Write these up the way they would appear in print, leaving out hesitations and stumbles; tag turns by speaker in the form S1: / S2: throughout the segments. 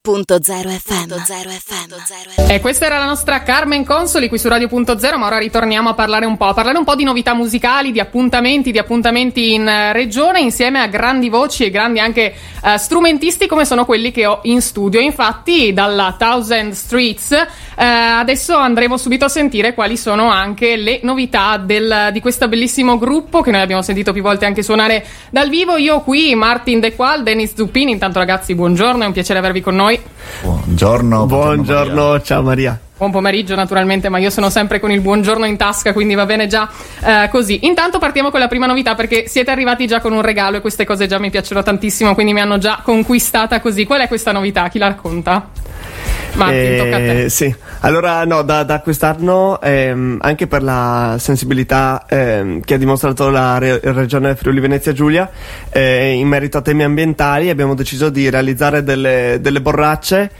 S1: FM. E questa era la nostra Carmen Consoli qui su Radio.0, ma ora ritorniamo a parlare un po' di novità musicali, di appuntamenti in regione, insieme a grandi voci e grandi anche strumentisti come sono quelli che ho in studio. Infatti dalla Thousand Streets adesso andremo subito a sentire quali sono anche le novità di questo bellissimo gruppo che noi abbiamo sentito più volte anche suonare dal vivo. Io qui, Martin De Qual, Dennis Zuppini. Intanto ragazzi, buongiorno, è un piacere avervi con noi.
S2: Buongiorno, ciao Maria.
S1: Buon pomeriggio naturalmente, ma io sono sempre con il buongiorno in tasca, quindi va bene già così. Intanto partiamo con la prima novità, perché siete arrivati già con un regalo e queste cose già mi piacciono tantissimo, quindi mi hanno già conquistata così. Qual è questa novità? Chi la racconta? Martin, tocca a te.
S2: Sì, allora no, da quest'anno anche per la sensibilità che ha dimostrato la regione Friuli Venezia Giulia in merito a temi ambientali, abbiamo deciso di realizzare delle borracce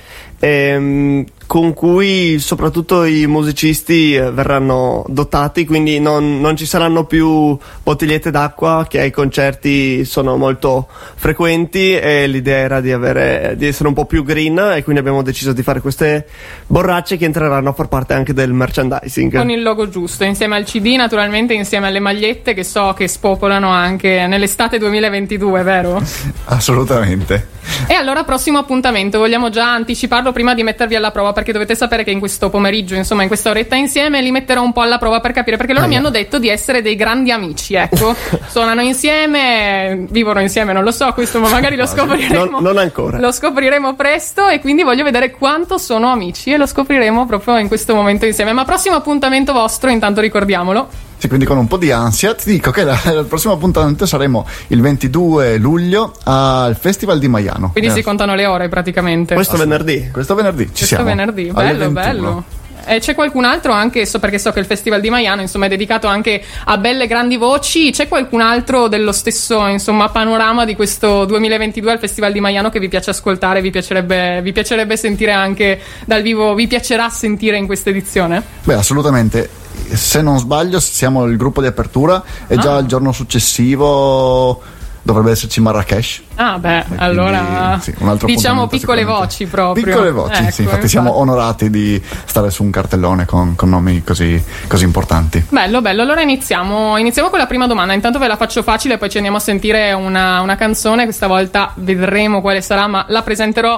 S2: con cui soprattutto i musicisti verranno dotati, quindi non ci saranno più bottigliette d'acqua che ai concerti sono molto frequenti, e l'idea era di essere un po' più green, e quindi abbiamo deciso di fare queste borracce che entreranno a far parte anche del merchandising.
S1: Con il logo giusto, insieme al CD naturalmente, insieme alle magliette che so che spopolano anche nell'estate 2022, vero?
S3: Assolutamente.
S1: E allora prossimo appuntamento, vogliamo già anticiparlo prima di mettervi alla prova, perché dovete sapere che in questo pomeriggio, insomma in questa oretta insieme, li metterò un po' alla prova per capire, perché loro mi hanno detto di essere dei grandi amici, ecco. Suonano insieme, vivono insieme, non lo so questo, ma magari lo scopriremo.
S2: Non ancora.
S1: Lo scopriremo presto, e quindi voglio vedere quanto sono amici, e lo scopriremo proprio in questo momento insieme. Ma prossimo appuntamento vostro, intanto ricordiamolo.
S3: Sì, quindi con un po' di ansia ti dico che il prossimo appuntamento saremo il 22 luglio al Festival di Maiano.
S1: Quindi si contano le ore praticamente.
S2: Questo venerdì
S3: ci siamo.
S1: Venerdì, bello. E c'è qualcun altro anche, perché so che il Festival di Maiano insomma è dedicato anche a belle grandi voci. C'è qualcun altro dello stesso insomma panorama di questo 2022 al Festival di Maiano che vi piace ascoltare, vi piacerebbe sentire anche dal vivo, vi piacerà sentire in questa edizione?
S3: Beh, assolutamente. Se non sbaglio siamo il gruppo di apertura, e già il giorno successivo dovrebbe esserci Marrakesh.
S1: Ah beh, allora
S3: sì, un altro
S1: diciamo piccole voci proprio.
S3: Piccole voci,
S1: ecco,
S3: sì, infatti siamo onorati di stare su un cartellone con nomi così importanti.
S1: Bello, allora iniziamo con la prima domanda. Intanto ve la faccio facile, poi ci andiamo a sentire una canzone. Questa volta vedremo quale sarà, ma la presenterò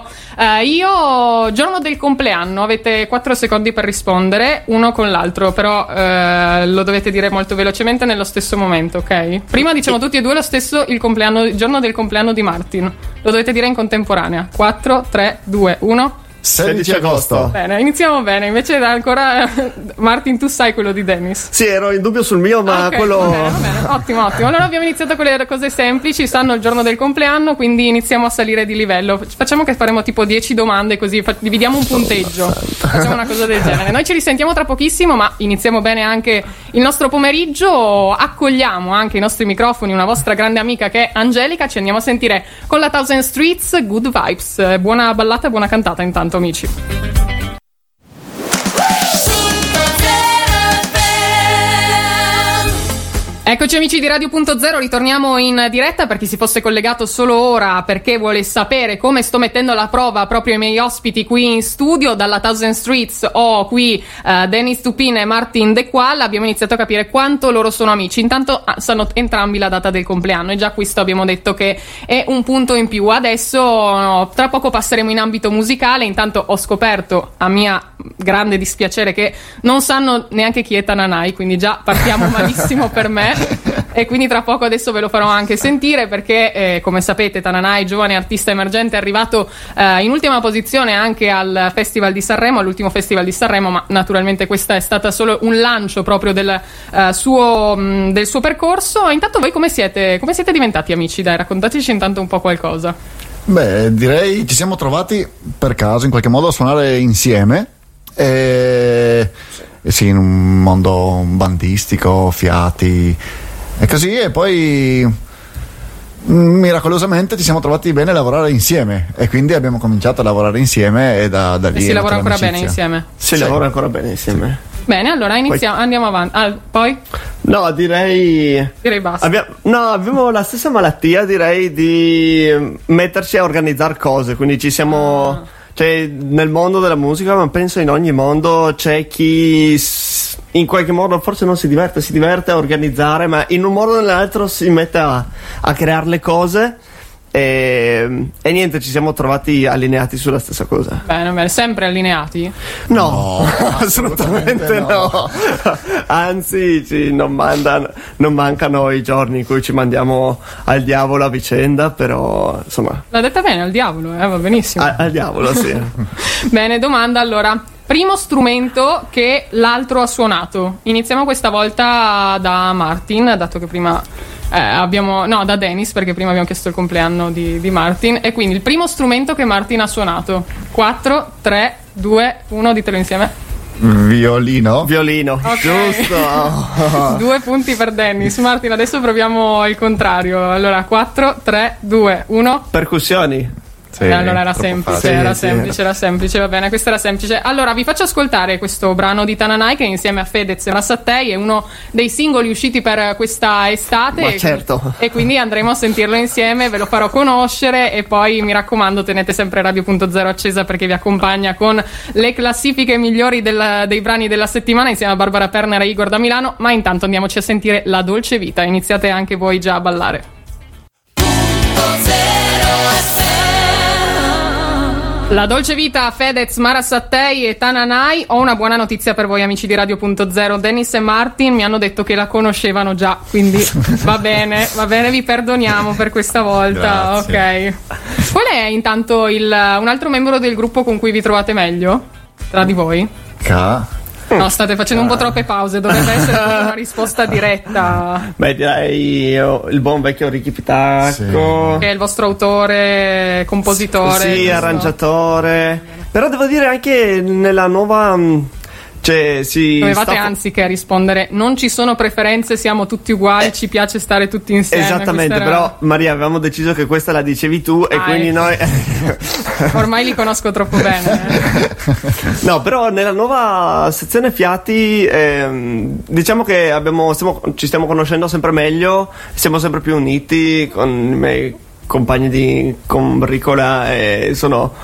S1: io. Giorno del compleanno, avete 4 secondi per rispondere, uno con l'altro, però lo dovete dire molto velocemente nello stesso momento, ok? Prima diciamo tutti e due lo stesso il giorno del compleanno di Martin. Lo dovete dire in contemporanea. 4, 3, 2, 1.
S3: 16 agosto.
S1: Bene, iniziamo bene. Invece ancora Martin, tu sai quello di Dennis?
S2: Sì, ero in dubbio sul mio, ma
S1: okay,
S2: quello...
S1: Va bene. Ottimo. Allora abbiamo iniziato con le cose semplici. Sanno il giorno del compleanno, quindi iniziamo a salire di livello. Facciamo che faremo tipo 10 domande, così dividiamo un punteggio. Facciamo una cosa del genere. Noi ci risentiamo tra pochissimo, ma iniziamo bene anche il nostro pomeriggio. Accogliamo anche i nostri microfoni una vostra grande amica che è Angelica. Ci andiamo a sentire con la Thousand Streets, Good Vibes. Buona ballata e buona cantata intanto, amici. Eccoci amici di Radio.0, ritorniamo in diretta per chi si fosse collegato solo ora perché vuole sapere come sto mettendo alla prova proprio i miei ospiti qui in studio. Dalla Thousand Streets ho qui Dennis Zuppini e Martin De Qual. Abbiamo iniziato a capire quanto loro sono amici. Intanto sanno entrambi la data del compleanno, e già questo abbiamo detto che è un punto in più. Adesso tra poco passeremo in ambito musicale. Intanto ho scoperto, a mia grande dispiacere, che non sanno neanche chi è Tananai, quindi già partiamo malissimo per me. E quindi tra poco adesso ve lo farò anche sentire, perché come sapete Tananai, giovane artista emergente, è arrivato in ultima posizione anche al Festival di Sanremo, all'ultimo Festival di Sanremo, ma naturalmente questa è stata solo un lancio proprio del suo percorso. Intanto voi come siete diventati amici? Dai, raccontateci intanto un po' qualcosa.
S3: Beh, direi ci siamo trovati per caso in qualche modo a suonare insieme, sì, in un mondo bandistico, fiati e così, e poi miracolosamente ci siamo trovati bene a lavorare insieme, e quindi abbiamo cominciato a lavorare insieme, e da lì
S1: si lavora ancora bene insieme.
S2: Si lavora ancora bene insieme.
S1: Sì. Bene, allora iniziamo, andiamo avanti. Poi?
S2: No, direi
S1: basta.
S2: Abbiamo la stessa malattia, direi, di metterci a organizzare cose, quindi ci siamo cioè nel mondo della musica, ma penso in ogni mondo c'è chi in qualche modo forse non si diverte a organizzare, ma in un modo o nell'altro si mette a creare le cose. E niente, ci siamo trovati allineati sulla stessa cosa.
S1: Bene, sempre allineati?
S2: No, assolutamente no. Anzi, non mancano i giorni in cui ci mandiamo al diavolo a vicenda, però insomma.
S1: L'ha detta bene, al diavolo, va benissimo.
S2: Al diavolo, sì.
S1: Bene, domanda allora. Primo strumento che l'altro ha suonato. Iniziamo questa volta da Martin, dato che prima da Dennis, perché prima abbiamo chiesto il compleanno di Martin. E quindi il primo strumento che Martin ha suonato. 4, 3, 2, 1, ditelo insieme.
S3: Violino,
S1: okay.
S2: Giusto.
S1: 2 punti per Dennis. Martin, adesso proviamo il contrario. Allora 4, 3, 2, 1.
S2: Percussioni.
S3: Sì,
S1: allora era semplice, era semplice, va bene, questa era semplice. Allora vi faccio ascoltare questo brano di Tananai, che insieme a Fedez e Marasattei è uno dei singoli usciti per questa estate.
S2: Ma certo.
S1: E quindi andremo a sentirlo insieme, ve lo farò conoscere e poi mi raccomando tenete sempre Radio.0 accesa, perché vi accompagna con le classifiche migliori dei brani della settimana insieme a Barbara Perner e Igor da Milano. Ma intanto andiamoci a sentire La Dolce Vita, iniziate anche voi già a ballare. La Dolce Vita, Fedez, Marasattei e Tananai. Ho una buona notizia per voi amici di Radio.0. Dennis e Martin mi hanno detto che la conoscevano già, quindi va bene, vi perdoniamo per questa volta.
S3: Grazie.
S1: Ok. Qual è intanto un altro membro del gruppo con cui vi trovate meglio? Tra di voi? No, state facendo un po' troppe pause, dovrebbe essere una risposta diretta.
S2: Beh, direi il buon vecchio Ricky Pitacco,
S1: che è il vostro autore, compositore.
S2: Sì, arrangiatore. Però devo dire anche nella nuova...
S1: Dovevate anziché rispondere non ci sono preferenze, siamo tutti uguali, ci piace stare tutti insieme.
S2: Esattamente, però Maria avevamo deciso che questa la dicevi tu e quindi noi
S1: ormai li conosco troppo bene.
S2: No, però nella nuova sezione Fiati diciamo che ci stiamo conoscendo sempre meglio, siamo sempre più uniti con i miei compagni di combricola, sono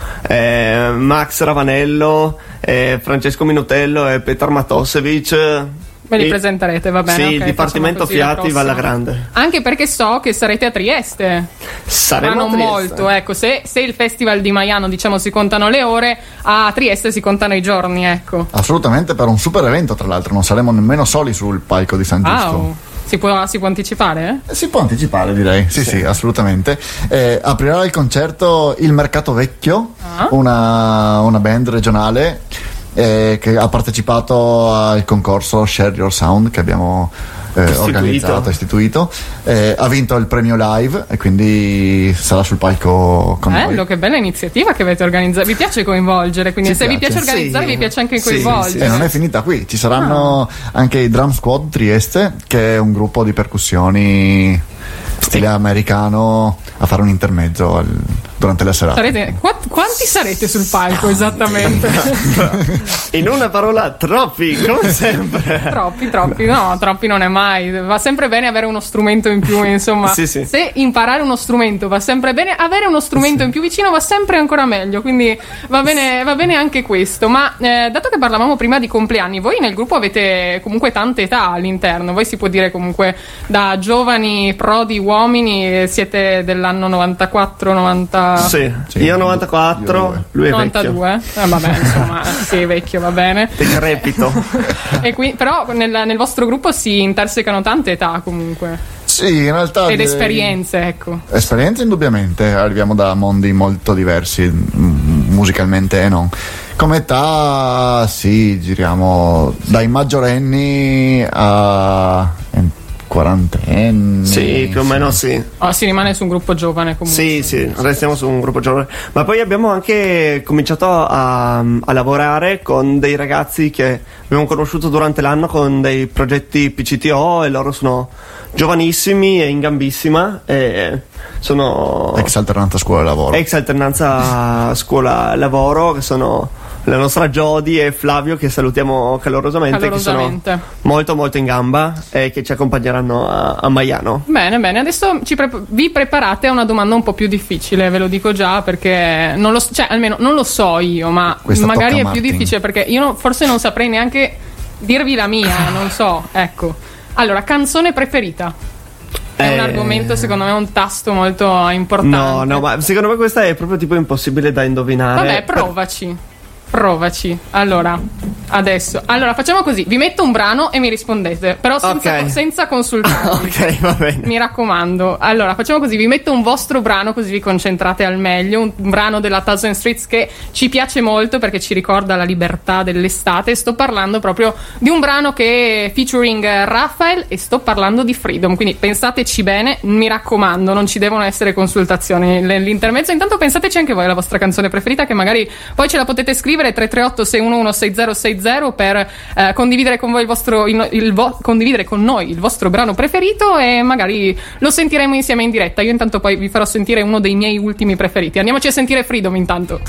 S2: Max Ravanello, Francesco Minutello e Petar Matosevic.
S1: Me li presenterete, va bene?
S2: Sì,
S1: okay,
S2: il Dipartimento Fiati va alla grande.
S1: Anche perché so che sarete a Trieste.
S2: Saremo
S1: ma non
S2: a Trieste.
S1: Molto, ecco. Se il festival di Maiano, diciamo, si contano le ore, a Trieste si contano i giorni, ecco.
S3: Assolutamente, per un super evento, tra l'altro. Non saremo nemmeno soli sul palco di San Giusto.
S1: Si può anticipare?
S3: Si può anticipare, direi. Sì, assolutamente. Aprirà il concerto Il Mercato Vecchio, una band regionale che ha partecipato al concorso Share Your Sound che abbiamo istituito. Ha vinto il premio live e quindi sarà sul palco con noi.
S1: Bello, che bella iniziativa che avete organizzato. Vi piace coinvolgere, quindi vi piace organizzare, vi piace anche coinvolgere.
S3: E non è finita qui, ci saranno anche i Drum Squad Trieste, che è un gruppo di percussioni stile americano, a fare un intermezzo durante la serata.
S1: Quanti sarete sul palco esattamente?
S2: In una parola, troppi, come sempre.
S1: Troppi, no, troppi non è mai. Va sempre bene avere uno strumento in più, insomma.
S2: Sì.
S1: Se imparare uno strumento va sempre bene, avere uno strumento in più vicino va sempre ancora meglio, quindi va bene anche questo. Ma dato che parlavamo prima di compleanni, voi nel gruppo avete comunque tante età all'interno. Voi si può dire comunque da giovani prodi uomini, siete dell'anno 94, 90.
S2: Sì, io 94, lui è
S1: 92.
S2: vecchio.
S1: Vabbè, insomma, sì, vecchio, va bene.
S2: Decrepito.
S1: E però nel vostro gruppo si intersecano tante età comunque.
S3: Sì, in realtà.
S1: Ed esperienze, ecco.
S3: Esperienze indubbiamente, arriviamo da mondi molto diversi, musicalmente e non. Come età, sì, giriamo dai maggiorenni a quarantenni.
S2: Sì, più o meno sì.
S1: Si rimane su un gruppo giovane comunque.
S2: Sì, restiamo su un gruppo giovane. Ma poi abbiamo anche cominciato a lavorare con dei ragazzi che abbiamo conosciuto durante l'anno con dei progetti PCTO, e loro sono giovanissimi e in gambissima e sono
S3: ex alternanza scuola lavoro,
S2: che sono la nostra Jody e Flavio, che salutiamo calorosamente, che sono molto molto in gamba e che ci accompagneranno a Maiano.
S1: Bene, adesso vi preparate a una domanda un po' più difficile, ve lo dico già, perché almeno non lo so io, ma
S3: questa
S1: magari è
S3: Martin.
S1: più difficile, perché io forse non saprei neanche dirvi la mia, non so, ecco. Allora, canzone preferita. È un argomento, secondo me, un tasto molto importante.
S2: No, ma secondo me questa è proprio tipo impossibile da indovinare.
S1: Vabbè, provaci. Allora, facciamo così: vi metto un brano e mi rispondete, però senza consultarmi.
S2: Ok, va bene.
S1: Mi raccomando. Allora, facciamo così: vi metto un vostro brano, così vi concentrate al meglio. Un brano della Thousand Streets che ci piace molto perché ci ricorda la libertà dell'estate. Sto parlando proprio di un brano che è featuring Raphael, e sto parlando di Freedom. Quindi pensateci bene, mi raccomando, non ci devono essere consultazioni nell'intermezzo. Intanto pensateci anche voi alla vostra canzone preferita, che magari poi ce la potete scrivere 338 611 6060 per condividere con voi condividere con noi il vostro brano preferito, e magari lo sentiremo insieme in diretta. Io intanto poi vi farò sentire uno dei miei ultimi preferiti. Andiamoci a sentire Freedom intanto.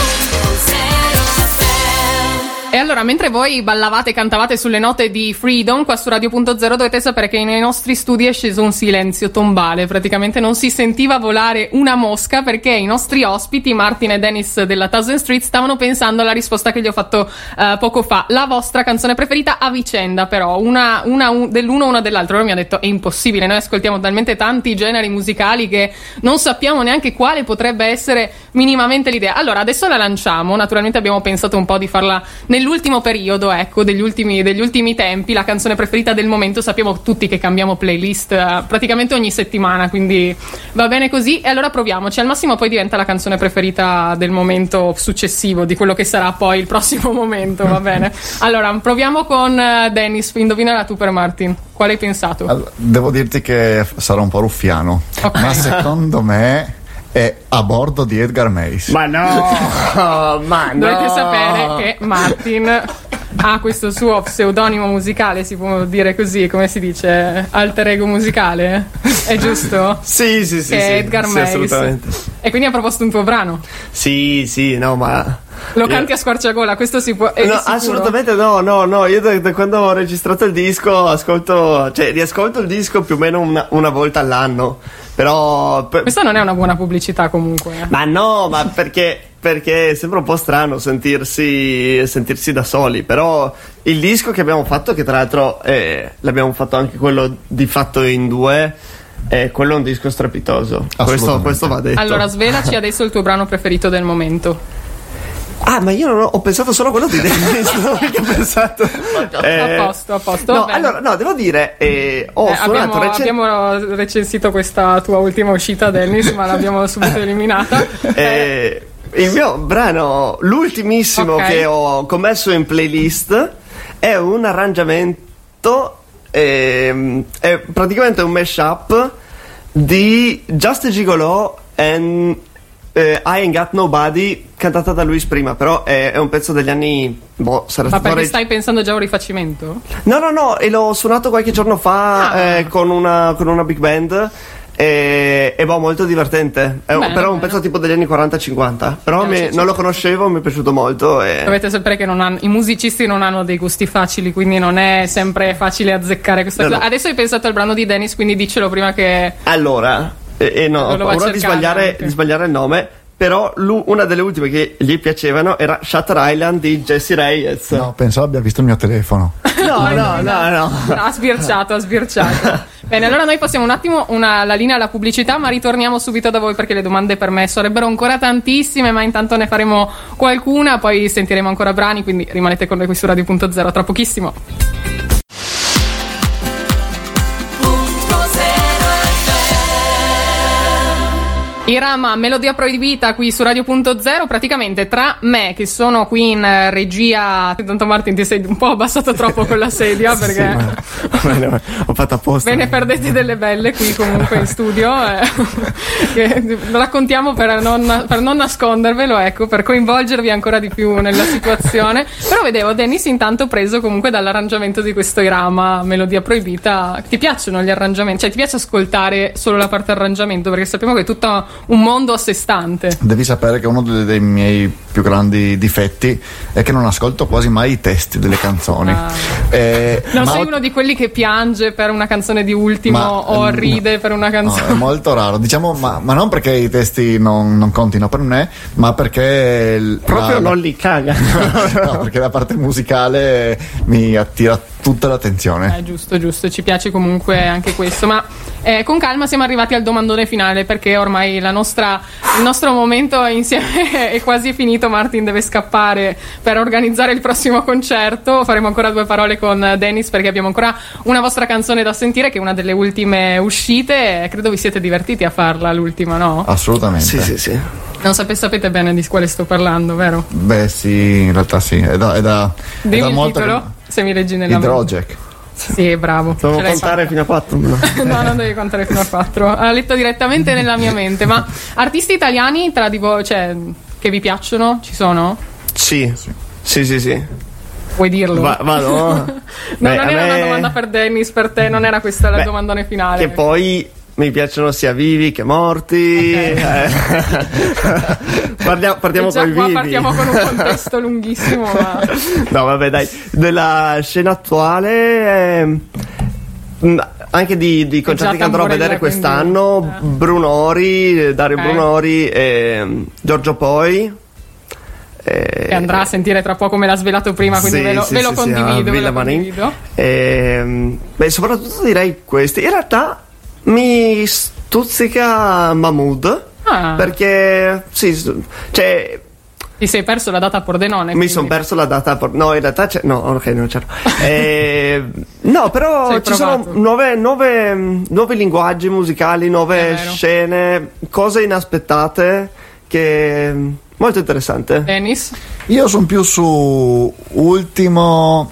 S1: E allora, mentre voi ballavate e cantavate sulle note di Freedom qua su Radio.0, dovete sapere che nei nostri studi è sceso un silenzio tombale. Praticamente non si sentiva volare una mosca, perché i nostri ospiti, Martin e Dennis della Thousand Street, stavano pensando alla risposta che gli ho fatto poco fa. La vostra canzone preferita a vicenda, però una dell'uno, una dell'altro. Lui mi ha detto: è impossibile, noi ascoltiamo talmente tanti generi musicali che non sappiamo neanche quale potrebbe essere minimamente l'idea. Allora, adesso la lanciamo. Naturalmente abbiamo pensato un po' di farla nell'ultimo periodo, ecco, degli ultimi tempi. La canzone preferita del momento, sappiamo tutti che cambiamo playlist praticamente ogni settimana, quindi va bene così. E allora proviamoci, al massimo poi diventa la canzone preferita del momento successivo, di quello che sarà poi il prossimo momento, va bene? Allora proviamo con Dennis, indovinala tu per Martin, quale hai pensato?
S3: Allora, devo dirti che sarà un po' ruffiano, okay, ma secondo me è A bordo di Edgar Meis.
S2: Ma no,
S1: Dovete sapere che Martin ha questo suo pseudonimo musicale, si può dire così, come si dice, alter ego musicale, è giusto?
S2: Sì,
S1: è Edgar Meis,
S2: assolutamente.
S1: E quindi ha proposto un tuo brano.
S2: Sì, no, ma
S1: lo canti a squarciagola, questo si può.
S2: No, assolutamente no. Io da quando ho registrato il disco riascolto il disco più o meno una volta all'anno. Però
S1: questa non è una buona pubblicità comunque.
S2: Ma no, ma perché sembra un po' strano sentirsi da soli. Però il disco che abbiamo fatto, che tra l'altro l'abbiamo fatto anche quello di fatto in due, quello è un disco strepitoso. Questo va detto.
S1: Allora svelaci adesso il tuo brano preferito del momento.
S2: Ah, ma io non ho pensato solo a quello di Dennis, non ho pensato.
S1: A posto.
S2: No, allora, no, devo dire,
S1: abbiamo recensito questa tua ultima uscita, Dennis, ma l'abbiamo subito eliminata.
S2: Il mio brano, l'ultimissimo che ho commesso in playlist, è un arrangiamento, è praticamente un mashup di Just a Gigolo and I Ain't Got Nobody, cantata da Luis prima, però è un pezzo degli anni. Ma perché stai pensando già a un rifacimento? No, e l'ho suonato qualche giorno fa con una big band. E molto divertente. Però un pezzo tipo degli anni 40-50. Però non lo conoscevo, mi è piaciuto molto.
S1: Dovete sapere che i musicisti non hanno dei gusti facili, quindi non è sempre facile azzeccare questa cosa. Adesso hai pensato al brano di Dennis, quindi dicelo prima che.
S2: Allora. Ho paura di sbagliare il nome. Però una delle ultime che gli piacevano era Shutter Island di Jesse Reyes.
S3: No, pensavo abbia visto il mio telefono.
S2: No.
S1: Ha sbirciato. Bene, allora noi passiamo un attimo la linea alla pubblicità, ma ritorniamo subito da voi perché le domande per me sarebbero ancora tantissime, ma intanto ne faremo qualcuna, poi sentiremo ancora brani, quindi rimanete con noi qui su Radio.0 tra pochissimo. Irama, melodia proibita qui su Radio.0, praticamente tra me che sono qui in regia. Tanto Martin ti sei un po' abbassato troppo con la sedia perché
S2: ho fatto apposta.
S1: Ve ne perdete delle belle qui comunque in studio, che lo raccontiamo per non nascondervelo, ecco, per coinvolgervi ancora di più nella situazione. Però vedevo Dennis intanto preso comunque dall'arrangiamento di questo Irama, melodia proibita. Ti piacciono gli arrangiamenti? Cioè ti piace ascoltare solo la parte arrangiamento? Perché sappiamo che è tutta un mondo a sé stante.
S3: Devi sapere che uno dei miei più grandi difetti è che non ascolto quasi mai i testi delle canzoni.
S1: Non sei uno di quelli che piange per una canzone di Ultimo o ride per una canzone?
S3: No, è molto raro, diciamo, ma non perché i testi non contino per me, ma perché
S2: proprio non li caga.
S3: No, perché la parte musicale mi attira tutta l'attenzione.
S1: Giusto, ci piace comunque anche questo, ma con calma siamo arrivati al domandone finale, perché ormai il nostro momento insieme è quasi finito. Martin deve scappare per organizzare il prossimo concerto. Faremo ancora 2 parole con Dennis, perché abbiamo ancora una vostra canzone da sentire, che è una delle ultime uscite. Credo vi siete divertiti a farla, l'ultima, no?
S3: Assolutamente.
S2: Sì.
S1: Non sapete bene di quale sto parlando, vero?
S3: Beh sì, in realtà sì, è da
S1: Dimmi il
S3: molto
S1: titolo, se mi leggi nella
S3: Hydrojack.
S1: Sì, bravo.
S2: Devo contare fino a 4?
S1: No, non devi contare fino a 4. Ha letto direttamente nella mia mente. Ma artisti italiani tra di voi, cioè, che vi piacciono, ci sono?
S2: Sì.
S1: Puoi dirlo?
S2: Vado.
S1: Non era una domanda per Dennis, per te non era questa la domandone finale.
S2: Che poi mi piacciono sia vivi che morti. Okay. Partiamo con i vivi.
S1: Partiamo con un contesto lunghissimo. Ma...
S2: No, vabbè, dai. Della scena attuale, anche di concerti che andrò a vedere quest'anno, Brunori, Dario Brunori, Giorgio Poi.
S1: Che andrà a sentire tra poco, me l'ha svelato prima, quindi ve lo condivido.
S2: Beh, soprattutto direi questi. In realtà mi stuzzica Mahmood, perché sì,
S1: ti sei perso la data a Pordenone?
S2: Mi sono perso la data no, in realtà non c'ero. No, però ci sono nuovi linguaggi musicali, nuove scene, cose inaspettate, che molto interessante.
S1: Dennis?
S3: Io sono più su Ultimo,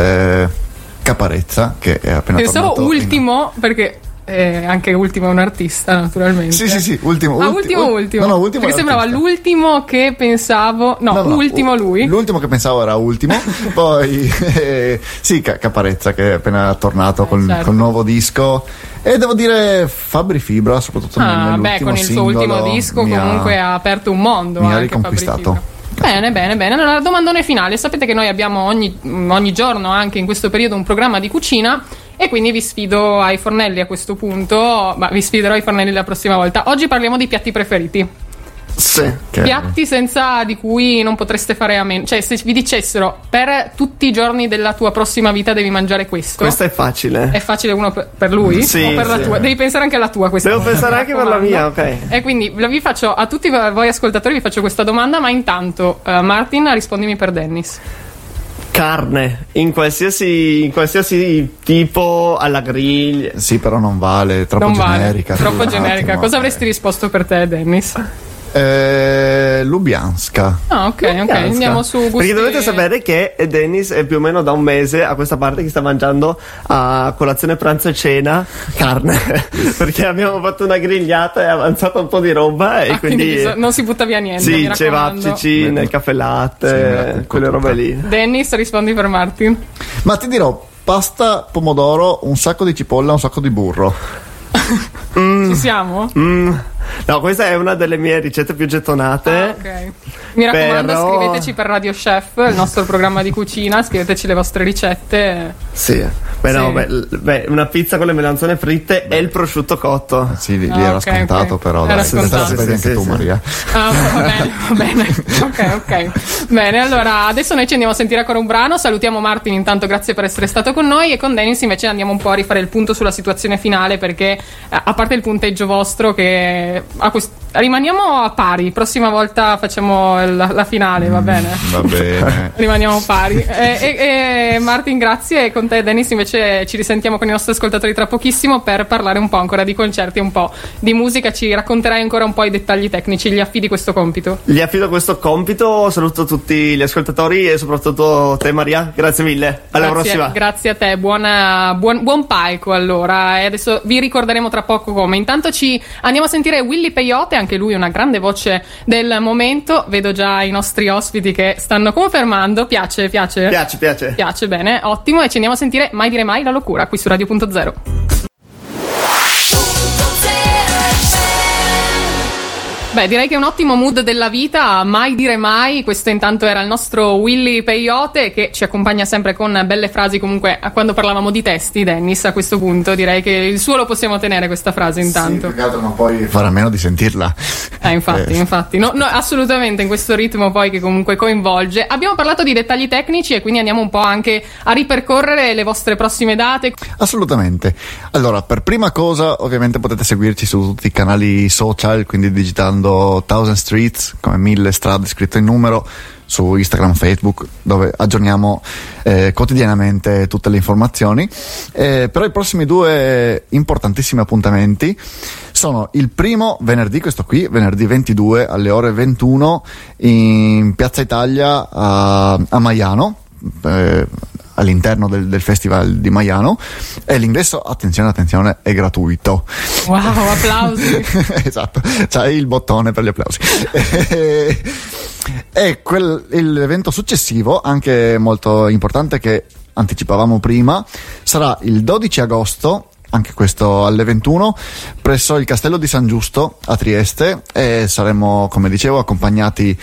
S3: Caparezza, che è appena tornato.
S1: Pensavo Ultimo perché anche Ultimo è un artista, naturalmente.
S3: Sì, Ultimo.
S1: No, Ultimo perché sembrava l'ultimo che pensavo. No, Ultimo lui.
S3: L'ultimo che pensavo era Ultimo. Poi sì, Caparezza, che è appena tornato col nuovo disco. E devo dire Fabri Fibra, soprattutto nell'ultimo
S1: con il suo ultimo disco comunque ha aperto un mondo.
S3: Mi ha riconquistato.
S1: Bene. Allora, domandone finale. Sapete che noi abbiamo ogni giorno, anche in questo periodo, un programma di cucina, e quindi vi sfido ai fornelli a questo punto, ma vi sfiderò ai fornelli la prossima volta. Oggi parliamo di piatti preferiti.
S2: Sì.
S1: Piatti senza di cui non potreste fare a meno. Cioè, se vi dicessero per tutti i giorni della tua prossima vita devi mangiare questo.
S2: Questa è facile.
S1: È facile uno per lui?
S2: Sì,
S1: o per la tua? Devi pensare anche alla tua questa
S2: Devo pensare anche per la mia, ok.
S1: E quindi vi faccio, a tutti voi ascoltatori vi faccio questa domanda, ma intanto Martin, rispondimi per Dennis.
S2: Carne in qualsiasi tipo, alla griglia.
S3: Sì, però non vale, troppo generica.
S1: Troppo generica. Cosa avresti risposto per te, Dennis?
S3: Lubianska.
S1: Ok, andiamo su gusti.
S2: Perché dovete sapere che Dennis è più o meno da un mese a questa parte che sta mangiando a colazione, pranzo e cena carne. Perché abbiamo fatto una grigliata e è avanzata un po' di roba, e quindi
S1: non si butta via niente.
S2: Sì, cevapcici nel caffè latte, quelle robe lì.
S1: Dennis, rispondi per Martin.
S3: Ma ti dirò pasta, pomodoro, un sacco di cipolla, un sacco di burro.
S1: Ci siamo?
S2: No, questa è una delle mie ricette più gettonate.
S1: Ok. Mi raccomando, scriveteci per Radio Chef, il nostro programma di cucina, scriveteci le vostre ricette.
S2: Sì. Una pizza con le melanzone fritte e il prosciutto cotto.
S3: Sì, lì era scontato, però
S1: era scontato.
S3: Anche tu, Maria.
S1: Va bene. Ok. Bene, allora adesso noi ci andiamo a sentire ancora un brano. Salutiamo Martin, intanto grazie per essere stato con noi, e con Dennis invece andiamo un po' a rifare il punto sulla situazione finale, perché a parte il punteggio vostro che rimaniamo a pari, prossima volta facciamo la finale, va bene?
S3: Va bene.
S1: Rimaniamo pari. E Martin, grazie, e con te Dennis invece ci risentiamo con i nostri ascoltatori tra pochissimo per parlare un po' ancora di concerti, un po' di musica. Ci racconterai ancora un po' i dettagli tecnici. Gli affidi questo compito?
S2: Gli affido questo compito. Saluto tutti gli ascoltatori e soprattutto te, Maria, grazie mille. Alla prossima.
S1: Grazie a te, buon palco allora. E adesso vi ricorderemo tra poco come. Intanto ci andiamo a sentire Willy Peyote, anche lui una grande voce del momento. Vedo già i nostri ospiti che stanno confermando. Piace? Piace, bene, ottimo. E ci andiamo a sentire Mai dire mai, la locura, qui su Radio.0. Beh, direi che è un ottimo mood della vita, mai dire mai. Questo intanto era il nostro Willy Peyote, che ci accompagna sempre con belle frasi. Comunque, quando parlavamo di testi, Dennis, a questo punto direi che il suo lo possiamo tenere, questa frase intanto.
S3: Sì, più che altro non puoi fare a meno di sentirla.
S1: Infatti. No, assolutamente, in questo ritmo poi che comunque coinvolge. Abbiamo parlato di dettagli tecnici e quindi andiamo un po' anche a ripercorrere le vostre prossime date.
S3: Assolutamente. Allora, per prima cosa, ovviamente potete seguirci su tutti i canali social, quindi digitando 1000 Streets, come 1000 strade scritto in numero, su Instagram, Facebook, dove aggiorniamo quotidianamente tutte le informazioni. Però i prossimi 2 importantissimi appuntamenti sono il primo venerdì, questo qui, venerdì 22 alle ore 21 in Piazza Italia a Maiano, all'interno del festival di Maiano, e l'ingresso, attenzione, è gratuito.
S1: Wow, applausi.
S3: Esatto, c'hai il bottone per gli applausi. E l'evento successivo, anche molto importante, che anticipavamo prima, sarà il 12 agosto, anche questo alle 21, presso il Castello di San Giusto a Trieste, e saremo, come dicevo, accompagnati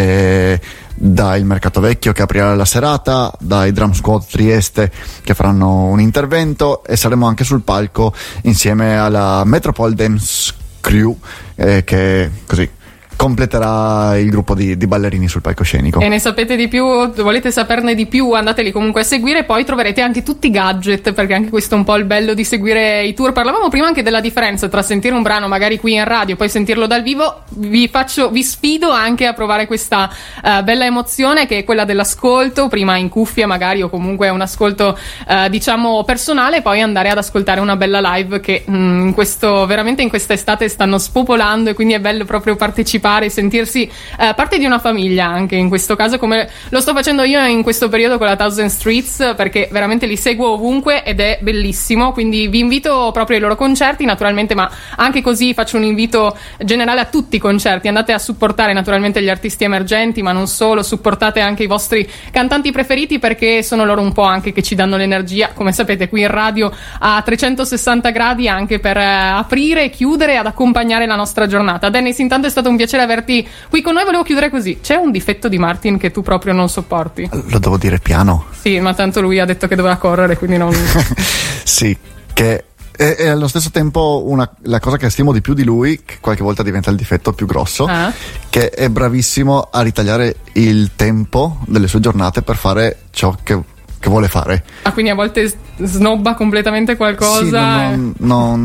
S3: dal Mercato Vecchio che aprirà la serata, dai Drum Squad Trieste che faranno un intervento, e saremo anche sul palco insieme alla Metropole Dance Crew che così completerà il gruppo di ballerini sul palcoscenico.
S1: E ne sapete di più? Volete saperne di più? Andateli comunque a seguire, poi troverete anche tutti i gadget, perché anche questo è un po' il bello di seguire i tour. Parlavamo prima anche della differenza tra sentire un brano magari qui in radio e poi sentirlo dal vivo. Vi sfido anche a provare questa bella emozione, che è quella dell'ascolto, prima in cuffia magari, o comunque un ascolto diciamo personale, e poi andare ad ascoltare una bella live che veramente in questa estate stanno spopolando, e quindi è bello proprio partecipare, sentirsi parte di una famiglia, anche in questo caso, come lo sto facendo io in questo periodo con la 1000 Streets, perché veramente li seguo ovunque ed è bellissimo. Quindi vi invito proprio ai loro concerti, naturalmente, ma anche così faccio un invito generale a tutti i concerti: andate a supportare naturalmente gli artisti emergenti, ma non solo, supportate anche i vostri cantanti preferiti, perché sono loro un po' anche che ci danno l'energia, come sapete, qui in radio a 360 gradi, anche per aprire e chiudere, ad accompagnare la nostra giornata. Dennis, intanto è stato un piacere averti qui con noi. Volevo chiudere così: c'è un difetto di Martin che tu proprio non sopporti?
S3: Lo devo dire piano?
S1: Sì, ma tanto lui ha detto che doveva correre, quindi non...
S3: Sì, che è allo stesso tempo la cosa che stimo di più di lui, che qualche volta diventa il difetto più grosso, che è bravissimo a ritagliare il tempo delle sue giornate per fare ciò che vuole fare. Quindi a volte snobba completamente qualcosa? Sì,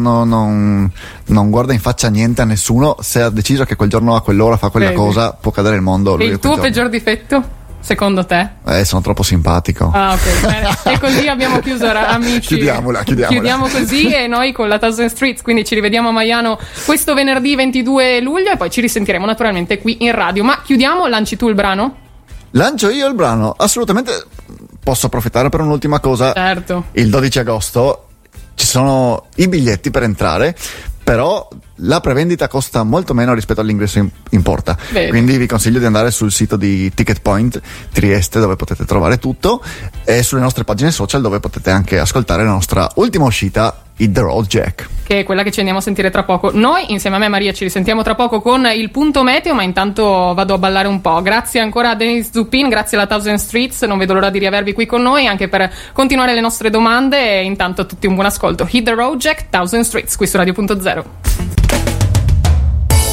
S3: non guarda in faccia niente a nessuno. Se ha deciso che quel giorno a quell'ora fa quella cosa, può cadere il mondo.
S1: E il tuo peggior difetto, secondo te?
S3: Sono troppo simpatico.
S1: Ok, bene. E così abbiamo chiuso, amici. Chiudiamo così, e noi con la 1000 Streets, quindi ci rivediamo a Maiano questo venerdì 22 luglio, e poi ci risentiremo naturalmente qui in radio. Ma chiudiamo, lanci tu il brano? Lancio io il brano, assolutamente. Posso approfittare per un'ultima cosa? Certo. Il 12 agosto ci sono i biglietti per entrare, però la prevendita costa molto meno rispetto all'ingresso in porta. Bene. Quindi vi consiglio di andare sul sito di Ticket Point Trieste, dove potete trovare tutto, e sulle nostre pagine social, dove potete anche ascoltare la nostra ultima uscita, Hit the Road Jack, che è quella che ci andiamo a sentire tra poco. Noi insieme a me e Maria ci risentiamo tra poco con il punto meteo, ma intanto vado a ballare un po'. Grazie ancora a Dennis Zuppin, grazie alla 1000 Streets, non vedo l'ora di riavervi qui con noi anche per continuare le nostre domande, e intanto a tutti un buon ascolto. Hit the Road Jack, 1000 Streets, qui su Radio.0.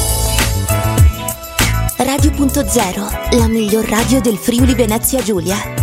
S4: Radio.0, la miglior radio del Friuli Venezia Giulia.